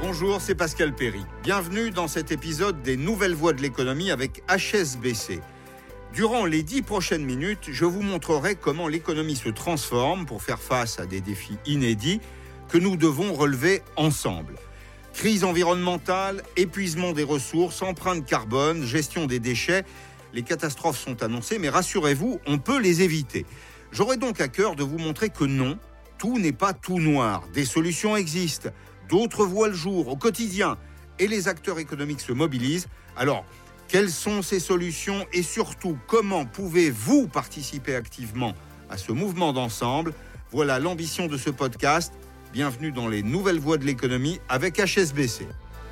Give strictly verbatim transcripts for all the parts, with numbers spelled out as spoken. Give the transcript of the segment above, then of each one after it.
Bonjour, c'est Pascal Perry. Bienvenue dans cet épisode des Nouvelles Voies de l'économie avec H S B C. Durant les dix prochaines minutes, je vous montrerai comment l'économie se transforme pour faire face à des défis inédits que nous devons relever ensemble. Crise environnementale, épuisement des ressources, empreinte carbone, gestion des déchets. Les catastrophes sont annoncées, mais rassurez-vous, on peut les éviter. J'aurai donc à cœur de vous montrer que non, tout n'est pas tout noir. Des solutions existent. D'autres voient le jour au quotidien et les acteurs économiques se mobilisent. Alors, quelles sont ces solutions et surtout, comment pouvez-vous participer activement à ce mouvement d'ensemble ? Voilà l'ambition de ce podcast. Bienvenue dans les Nouvelles Voies de l'économie avec H S B C.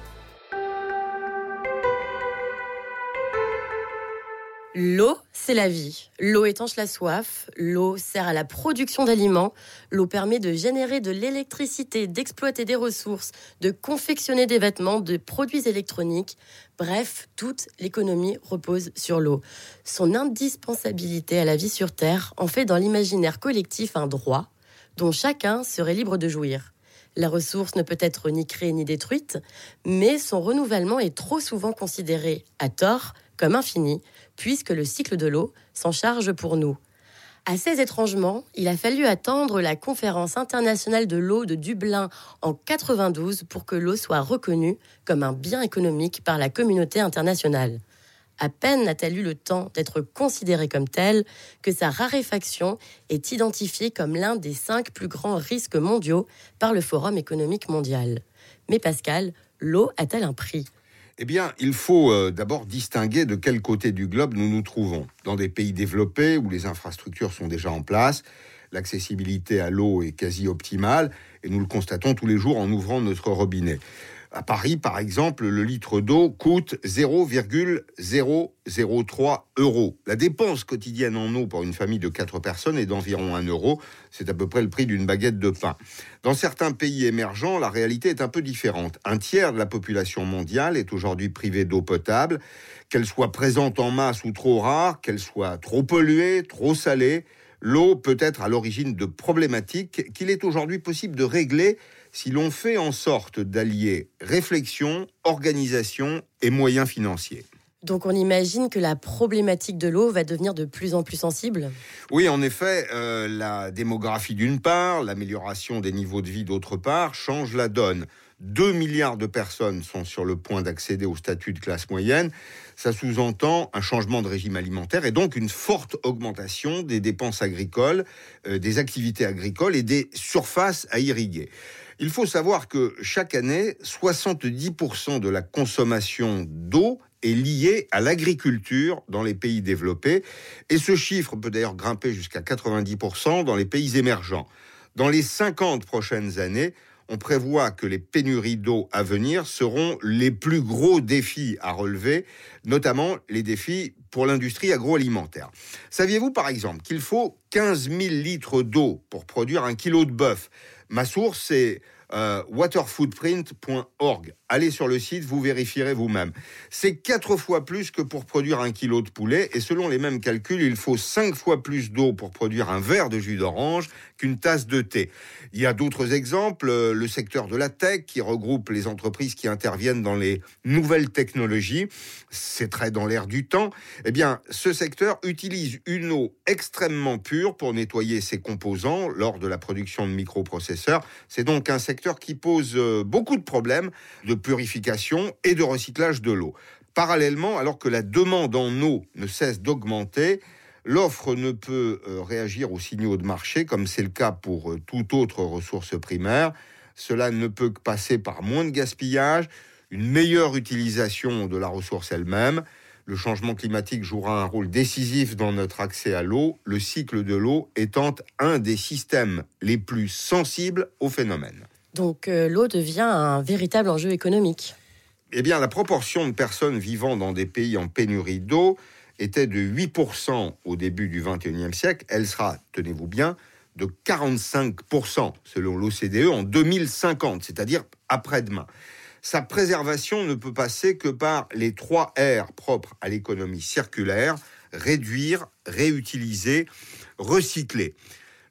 L'eau, c'est la vie. L'eau étanche la soif. L'eau sert à la production d'aliments. L'eau permet de générer de l'électricité, d'exploiter des ressources, de confectionner des vêtements, de produits électroniques. Bref, toute l'économie repose sur l'eau. Son indispensabilité à la vie sur Terre en fait dans l'imaginaire collectif un droit dont chacun serait libre de jouir. La ressource ne peut être ni créée ni détruite, mais son renouvellement est trop souvent considéré, à tort, comme infini, puisque le cycle de l'eau s'en charge pour nous. Assez étrangement, il a fallu attendre la conférence internationale de l'eau de Dublin en quatre-vingt-douze pour que l'eau soit reconnue comme un bien économique par la communauté internationale. À peine a-t-elle eu le temps d'être considérée comme telle que sa raréfaction est identifiée comme l'un des cinq plus grands risques mondiaux par le Forum économique mondial. Mais Pascal, l'eau a-t-elle un prix ? Eh bien, il faut euh, d'abord distinguer de quel côté du globe nous nous trouvons. Dans des pays développés où les infrastructures sont déjà en place, l'accessibilité à l'eau est quasi optimale et nous le constatons tous les jours en ouvrant notre robinet. À Paris, par exemple, le litre d'eau coûte zéro virgule zéro zéro trois euros. La dépense quotidienne en eau pour une famille de quatre personnes est d'environ un euro. C'est à peu près le prix d'une baguette de pain. Dans certains pays émergents, la réalité est un peu différente. Un tiers de la population mondiale est aujourd'hui privée d'eau potable. Qu'elle soit présente en masse ou trop rare, qu'elle soit trop polluée, trop salée, l'eau peut être à l'origine de problématiques qu'il est aujourd'hui possible de régler si l'on fait en sorte d'allier réflexion, organisation et moyens financiers. Donc on imagine que la problématique de l'eau va devenir de plus en plus sensible ? Oui, en effet, euh, la démographie d'une part, l'amélioration des niveaux de vie d'autre part, change la donne. Deux milliards de personnes sont sur le point d'accéder au statut de classe moyenne. Ça sous-entend un changement de régime alimentaire et donc une forte augmentation des dépenses agricoles, euh, des activités agricoles et des surfaces à irriguer. Il faut savoir que chaque année, soixante-dix pour cent de la consommation d'eau est liée à l'agriculture dans les pays développés. Et ce chiffre peut d'ailleurs grimper jusqu'à quatre-vingt-dix pour cent dans les pays émergents. Dans les cinquante prochaines années, on prévoit que les pénuries d'eau à venir seront les plus gros défis à relever, notamment les défis pour l'industrie agroalimentaire. Saviez-vous par exemple qu'il faut quinze mille litres d'eau pour produire un kilo de bœuf ? Ma source, c'est euh, waterfootprint point org. Allez sur le site, vous vérifierez vous-même. C'est quatre fois plus que pour produire un kilo de poulet. Et selon les mêmes calculs, il faut cinq fois plus d'eau pour produire un verre de jus d'orange qu'une tasse de thé. Il y a d'autres exemples. Le secteur de la tech qui regroupe les entreprises qui interviennent dans les nouvelles technologies. C'est très dans l'air du temps. Eh bien, ce secteur utilise une eau extrêmement pure pour nettoyer ses composants lors de la production de microprocesseurs. C'est donc un secteur qui pose beaucoup de problèmes de purification et de recyclage de l'eau. Parallèlement, alors que la demande en eau ne cesse d'augmenter, l'offre ne peut réagir aux signaux de marché, comme c'est le cas pour toute autre ressource primaire. Cela ne peut que passer par moins de gaspillage, une meilleure utilisation de la ressource elle-même. Le changement climatique jouera un rôle décisif dans notre accès à l'eau, le cycle de l'eau étant un des systèmes les plus sensibles au phénomène. Donc euh, l'eau devient un véritable enjeu économique. Eh bien, la proportion de personnes vivant dans des pays en pénurie d'eau était de huit pour cent au début du vingt et unième siècle. Elle sera, tenez-vous bien, de quarante-cinq pour cent selon l'O C D E en deux mille cinquante, c'est-à-dire après-demain. Sa préservation ne peut passer que par les trois R propres à l'économie circulaire, réduire, réutiliser, recycler.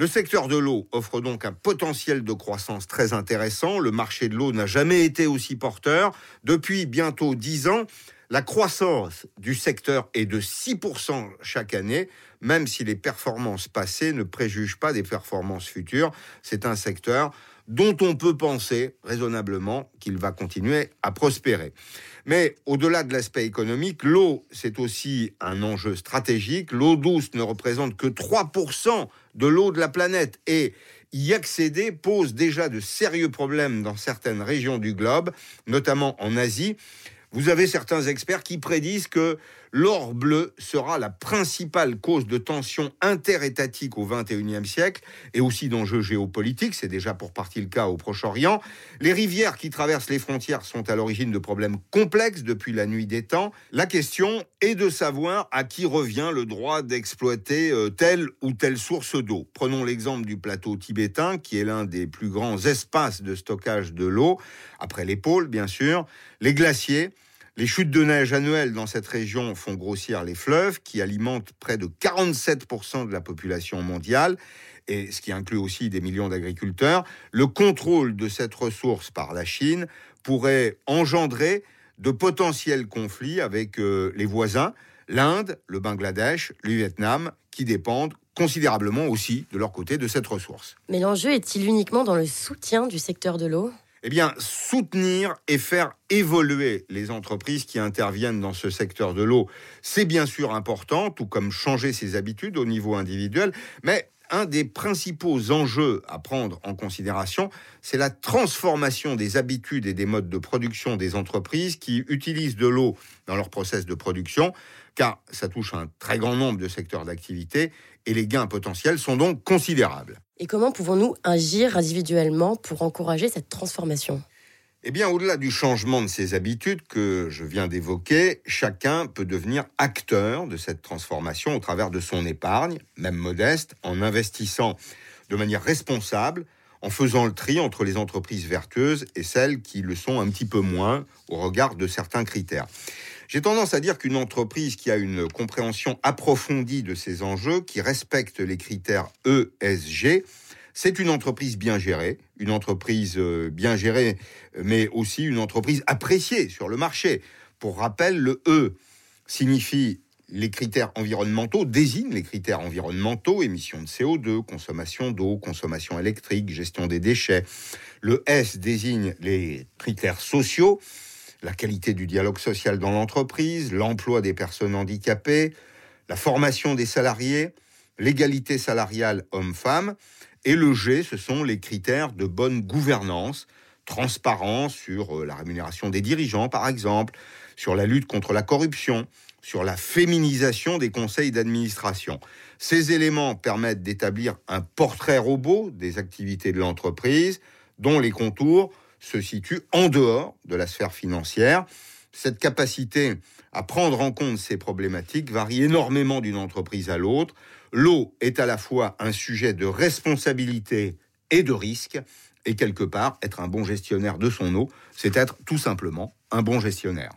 Le secteur de l'eau offre donc un potentiel de croissance très intéressant. Le marché de l'eau n'a jamais été aussi porteur. Depuis bientôt dix ans, la croissance du secteur est de six pour cent chaque année, même si les performances passées ne préjugent pas des performances futures. C'est un secteur dont on peut penser raisonnablement qu'il va continuer à prospérer. Mais au-delà de l'aspect économique, l'eau, c'est aussi un enjeu stratégique. L'eau douce ne représente que trois pour cent de l'eau de la planète et y accéder pose déjà de sérieux problèmes dans certaines régions du globe, notamment en Asie. Vous avez certains experts qui prédisent que l'or bleu sera la principale cause de tensions interétatiques au vingt et unième siècle et aussi d'enjeux géopolitiques. C'est déjà pour partie le cas au Proche-Orient. Les rivières qui traversent les frontières sont à l'origine de problèmes complexes depuis la nuit des temps. La question est de savoir à qui revient le droit d'exploiter telle ou telle source d'eau. Prenons l'exemple du plateau tibétain, qui est l'un des plus grands espaces de stockage de l'eau, après les pôles bien sûr, les glaciers. Les chutes de neige annuelles dans cette région font grossir les fleuves qui alimentent près de quarante-sept pour cent de la population mondiale, et ce qui inclut aussi des millions d'agriculteurs. Le contrôle de cette ressource par la Chine pourrait engendrer de potentiels conflits avec euh, les voisins, l'Inde, le Bangladesh, le Vietnam, qui dépendent considérablement aussi de leur côté de cette ressource. Mais l'enjeu est-il uniquement dans le soutien du secteur de l'eau ? Eh bien, soutenir et faire évoluer les entreprises qui interviennent dans ce secteur de l'eau, c'est bien sûr important, tout comme changer ses habitudes au niveau individuel, mais un des principaux enjeux à prendre en considération, c'est la transformation des habitudes et des modes de production des entreprises qui utilisent de l'eau dans leur process de production, car ça touche un très grand nombre de secteurs d'activité et les gains potentiels sont donc considérables. Et comment pouvons-nous agir individuellement pour encourager cette transformation ? Eh bien, au-delà du changement de ses habitudes que je viens d'évoquer, chacun peut devenir acteur de cette transformation au travers de son épargne, même modeste, en investissant de manière responsable, en faisant le tri entre les entreprises vertueuses et celles qui le sont un petit peu moins au regard de certains critères. J'ai tendance à dire qu'une entreprise qui a une compréhension approfondie de ces enjeux, qui respecte les critères E S G, c'est une entreprise bien gérée, une entreprise bien gérée, mais aussi une entreprise appréciée sur le marché. Pour rappel, le E signifie les critères environnementaux, désigne les critères environnementaux, émissions de C O deux, consommation d'eau, consommation électrique, gestion des déchets. Le S désigne les critères sociaux, la qualité du dialogue social dans l'entreprise, l'emploi des personnes handicapées, la formation des salariés, l'égalité salariale homme-femme. Et le G, ce sont les critères de bonne gouvernance, transparence sur la rémunération des dirigeants, par exemple, sur la lutte contre la corruption, sur la féminisation des conseils d'administration. Ces éléments permettent d'établir un portrait robot des activités de l'entreprise, dont les contours se situent en dehors de la sphère financière. Cette capacité à prendre en compte ces problématiques varie énormément d'une entreprise à l'autre. L'eau est à la fois un sujet de responsabilité et de risque, et quelque part, être un bon gestionnaire de son eau, c'est être tout simplement un bon gestionnaire.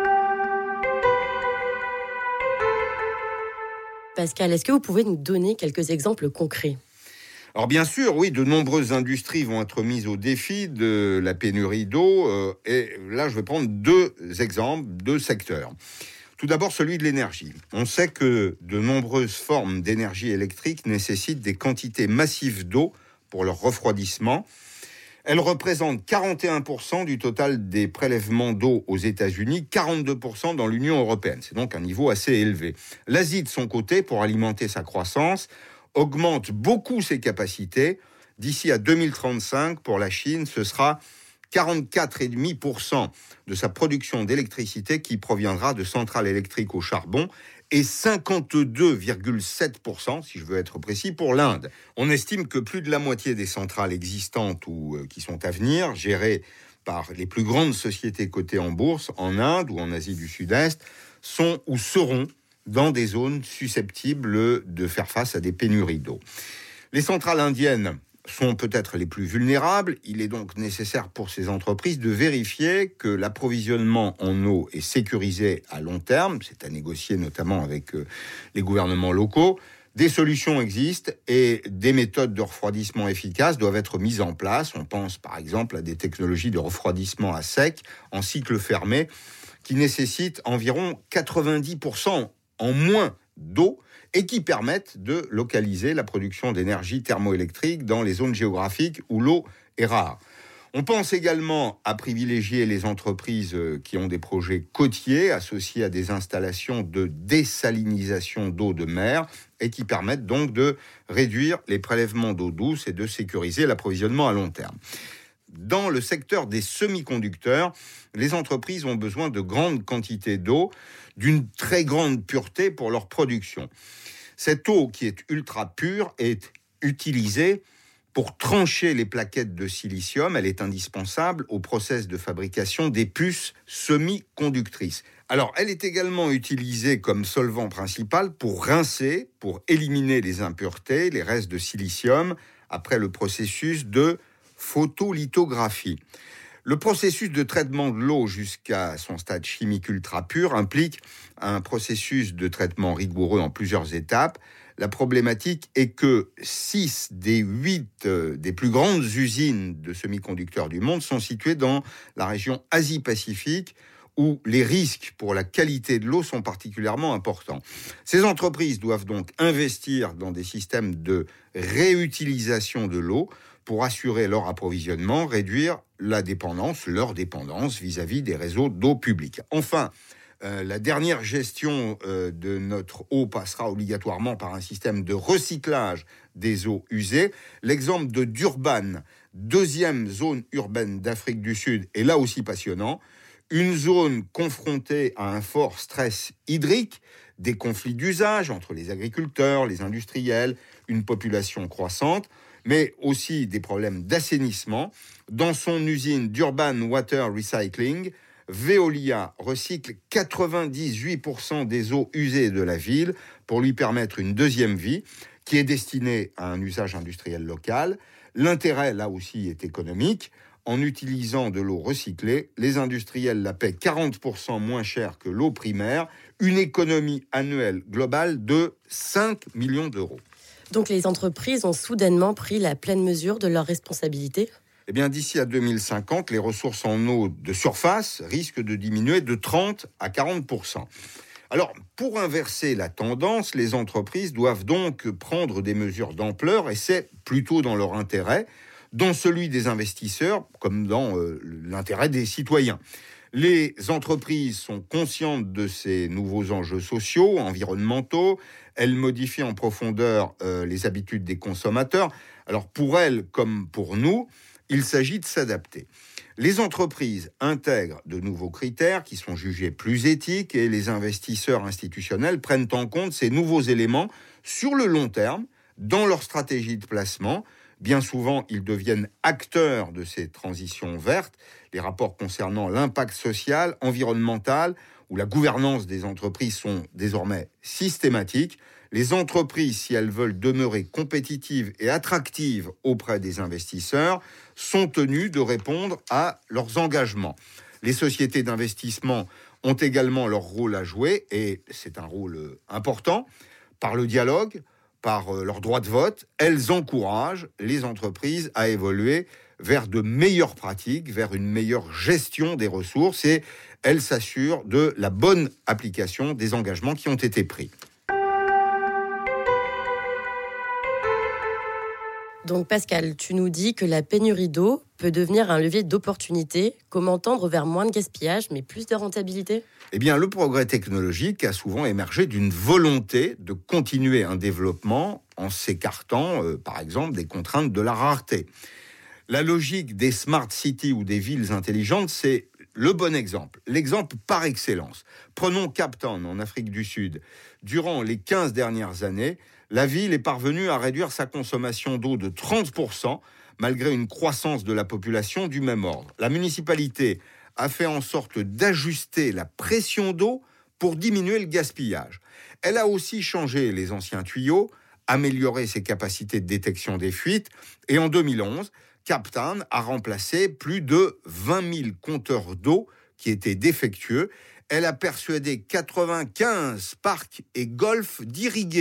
Pascal, est-ce que vous pouvez nous donner quelques exemples concrets ? Alors bien sûr, oui, de nombreuses industries vont être mises au défi de la pénurie d'eau. Euh, et là, je vais prendre deux exemples, deux secteurs. Tout d'abord, celui de l'énergie. On sait que de nombreuses formes d'énergie électrique nécessitent des quantités massives d'eau pour leur refroidissement. Elles représentent quarante et un pour cent du total des prélèvements d'eau aux États-Unis, quarante-deux pour cent dans l'Union européenne. C'est donc un niveau assez élevé. L'Asie, de son côté, pour alimenter sa croissance, augmente beaucoup ses capacités. D'ici à deux mille trente-cinq, pour la Chine, ce sera quarante-quatre virgule cinq pour cent de sa production d'électricité qui proviendra de centrales électriques au charbon et cinquante-deux virgule sept pour cent, si je veux être précis, pour l'Inde. On estime que plus de la moitié des centrales existantes ou euh, qui sont à venir, gérées par les plus grandes sociétés cotées en bourse, en Inde ou en Asie du Sud-Est, sont ou seront dans des zones susceptibles de faire face à des pénuries d'eau. Les centrales indiennes sont peut-être les plus vulnérables. Il est donc nécessaire pour ces entreprises de vérifier que l'approvisionnement en eau est sécurisé à long terme. C'est à négocier notamment avec les gouvernements locaux. Des solutions existent et des méthodes de refroidissement efficaces doivent être mises en place. On pense par exemple à des technologies de refroidissement à sec en cycle fermé qui nécessitent environ quatre-vingt-dix pour cent en moins d'eau et qui permettent de localiser la production d'énergie thermoélectrique dans les zones géographiques où l'eau est rare. On pense également à privilégier les entreprises qui ont des projets côtiers associés à des installations de désalinisation d'eau de mer et qui permettent donc de réduire les prélèvements d'eau douce et de sécuriser l'approvisionnement à long terme. Dans le secteur des semi-conducteurs, les entreprises ont besoin de grandes quantités d'eau, d'une très grande pureté pour leur production. Cette eau qui est ultra pure est utilisée pour trancher les plaquettes de silicium. Elle est indispensable au process de fabrication des puces semi-conductrices. Alors, elle est également utilisée comme solvant principal pour rincer, pour éliminer les impuretés, les restes de silicium, après le processus de photolithographie. Le processus de traitement de l'eau jusqu'à son stade chimique ultra pur implique un processus de traitement rigoureux en plusieurs étapes. La problématique est que six des huit euh, des plus grandes usines de semi-conducteurs du monde sont situées dans la région Asie-Pacifique, où les risques pour la qualité de l'eau sont particulièrement importants. Ces entreprises doivent donc investir dans des systèmes de réutilisation de l'eau pour assurer leur approvisionnement, réduire la dépendance, leur dépendance vis-à-vis des réseaux d'eau publique. Enfin, euh, la dernière gestion euh, de notre eau passera obligatoirement par un système de recyclage des eaux usées. L'exemple de Durban, deuxième zone urbaine d'Afrique du Sud, est là aussi passionnant. Une zone confrontée à un fort stress hydrique, des conflits d'usage entre les agriculteurs, les industriels, une population croissante, mais aussi des problèmes d'assainissement. Dans son usine d'Urban Water Recycling, Veolia recycle quatre-vingt-dix-huit pour cent des eaux usées de la ville pour lui permettre une deuxième vie qui est destinée à un usage industriel local. L'intérêt, là aussi, est économique. En utilisant de l'eau recyclée, les industriels la paient quarante pour cent moins cher que l'eau primaire, une économie annuelle globale de cinq millions d'euros. Donc les entreprises ont soudainement pris la pleine mesure de leurs responsabilités ? Eh bien, d'ici à deux mille cinquante, les ressources en eau de surface risquent de diminuer de trente à quarante pour cent. Alors, pour inverser la tendance, les entreprises doivent donc prendre des mesures d'ampleur, et c'est plutôt dans leur intérêt, dans celui des investisseurs, comme dans euh, l'intérêt des citoyens. Les entreprises sont conscientes de ces nouveaux enjeux sociaux, environnementaux. Elles modifient en profondeur euh, les habitudes des consommateurs. Alors pour elles, comme pour nous, il s'agit de s'adapter. Les entreprises intègrent de nouveaux critères qui sont jugés plus éthiques et les investisseurs institutionnels prennent en compte ces nouveaux éléments sur le long terme dans leur stratégie de placement. Bien souvent, ils deviennent acteurs de ces transitions vertes. Les rapports concernant l'impact social, environnemental ou la gouvernance des entreprises sont désormais systématiques. Les entreprises, si elles veulent demeurer compétitives et attractives auprès des investisseurs, sont tenues de répondre à leurs engagements. Les sociétés d'investissement ont également leur rôle à jouer, et c'est un rôle important, par le dialogue, par leur droit de vote. Elles encouragent les entreprises à évoluer vers de meilleures pratiques, vers une meilleure gestion des ressources, et elles s'assurent de la bonne application des engagements qui ont été pris. Donc Pascal, tu nous dis que la pénurie d'eau peut devenir un levier d'opportunité. Comment tendre vers moins de gaspillage, mais plus de rentabilité ? Eh bien, le progrès technologique a souvent émergé d'une volonté de continuer un développement en s'écartant, euh, par exemple, des contraintes de la rareté. La logique des smart cities ou des villes intelligentes, c'est le bon exemple, l'exemple par excellence. Prenons Cape Town, en Afrique du Sud. Durant les quinze dernières années, la ville est parvenue à réduire sa consommation d'eau de trente pour cent, malgré une croissance de la population du même ordre. La municipalité a fait en sorte d'ajuster la pression d'eau pour diminuer le gaspillage. Elle a aussi changé les anciens tuyaux, amélioré ses capacités de détection des fuites, et en deux mille onze, Cape Town a remplacé plus de vingt mille compteurs d'eau qui étaient défectueux. Elle a persuadé quatre-vingt-quinze parcs et golfs d'irriguer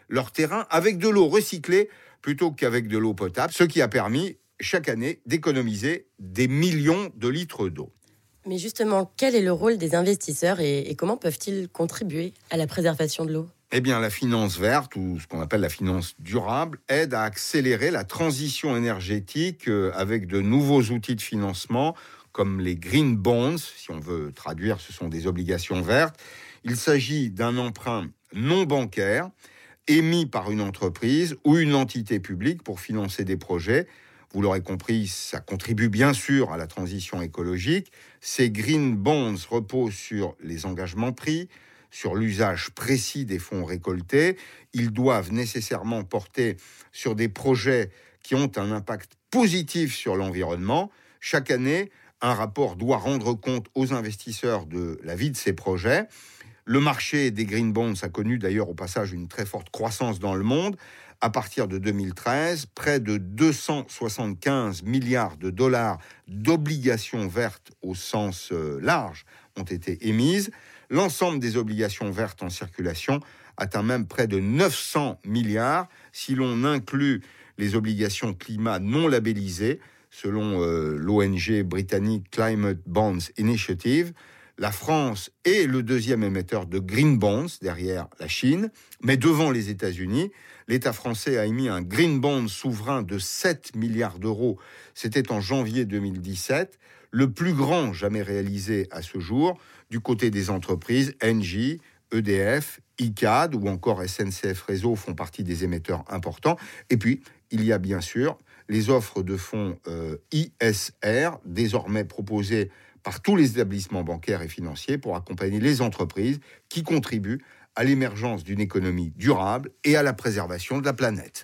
leur terrain avec de l'eau recyclée plutôt qu'avec de l'eau potable, ce qui a permis chaque année d'économiser des millions de litres d'eau. Mais justement, quel est le rôle des investisseurs et, et comment peuvent-ils contribuer à la préservation de l'eau ? Eh bien, la finance verte, ou ce qu'on appelle la finance durable, aide à accélérer la transition énergétique avec de nouveaux outils de financement, comme les green bonds, si on veut traduire, ce sont des obligations vertes. Il s'agit d'un emprunt non bancaire, émis par une entreprise ou une entité publique pour financer des projets. Vous l'aurez compris, ça contribue bien sûr à la transition écologique. Ces green bonds reposent sur les engagements pris, sur l'usage précis des fonds récoltés. Ils doivent nécessairement porter sur des projets qui ont un impact positif sur l'environnement. Chaque année, un rapport doit rendre compte aux investisseurs de la vie de ces projets. Le marché des green bonds a connu d'ailleurs au passage une très forte croissance dans le monde. À partir de deux mille treize, près de deux cent soixante-quinze milliards de dollars d'obligations vertes au sens large ont été émises. L'ensemble des obligations vertes en circulation atteint même près de neuf cents milliards si l'on inclut les obligations climat non labellisées, selon euh, l'O N G britannique Climate Bonds Initiative. La France est le deuxième émetteur de green bonds derrière la Chine, mais devant les États-Unis, l'État français a émis un green bond souverain de sept milliards d'euros. C'était en janvier deux mille dix-sept, le plus grand jamais réalisé à ce jour. Du côté des entreprises, Engie, E D F, I C A D ou encore S N C F Réseau font partie des émetteurs importants. Et puis, il y a bien sûr les offres de fonds euh, I S R, désormais proposées par tous les établissements bancaires et financiers pour accompagner les entreprises qui contribuent à l'émergence d'une économie durable et à la préservation de la planète.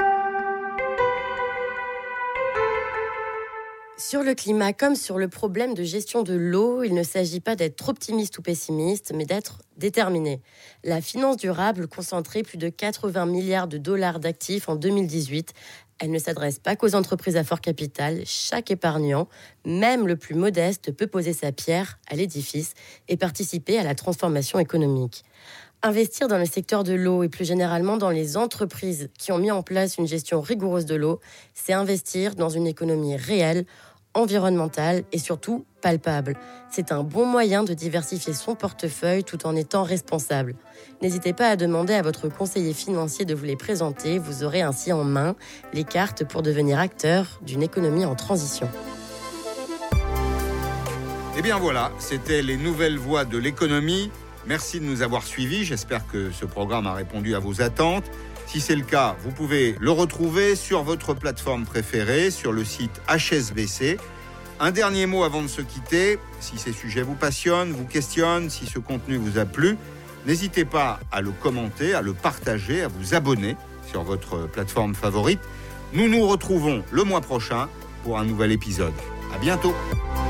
Sur le climat comme sur le problème de gestion de l'eau, il ne s'agit pas d'être optimiste ou pessimiste, mais d'être déterminé. La finance durable concentrait plus de quatre-vingts milliards de dollars d'actifs en deux mille dix-huit. Elle ne s'adresse pas qu'aux entreprises à fort capital. Chaque épargnant, même le plus modeste, peut poser sa pierre à l'édifice et participer à la transformation économique. Investir dans le secteur de l'eau et plus généralement dans les entreprises qui ont mis en place une gestion rigoureuse de l'eau, c'est investir dans une économie réelle, environnementale et surtout palpable. C'est un bon moyen de diversifier son portefeuille tout en étant responsable. N'hésitez pas à demander à votre conseiller financier de vous les présenter. Vous aurez ainsi en main les cartes pour devenir acteur d'une économie en transition. Eh bien voilà, c'était les nouvelles voies de l'économie. Merci de nous avoir suivis. J'espère que ce programme a répondu à vos attentes. Si c'est le cas, vous pouvez le retrouver sur votre plateforme préférée, sur le site H S B C. Un dernier mot avant de se quitter. Si ces sujets vous passionnent, vous questionnent, si ce contenu vous a plu, n'hésitez pas à le commenter, à le partager, à vous abonner sur votre plateforme favorite. Nous nous retrouvons le mois prochain pour un nouvel épisode. À bientôt.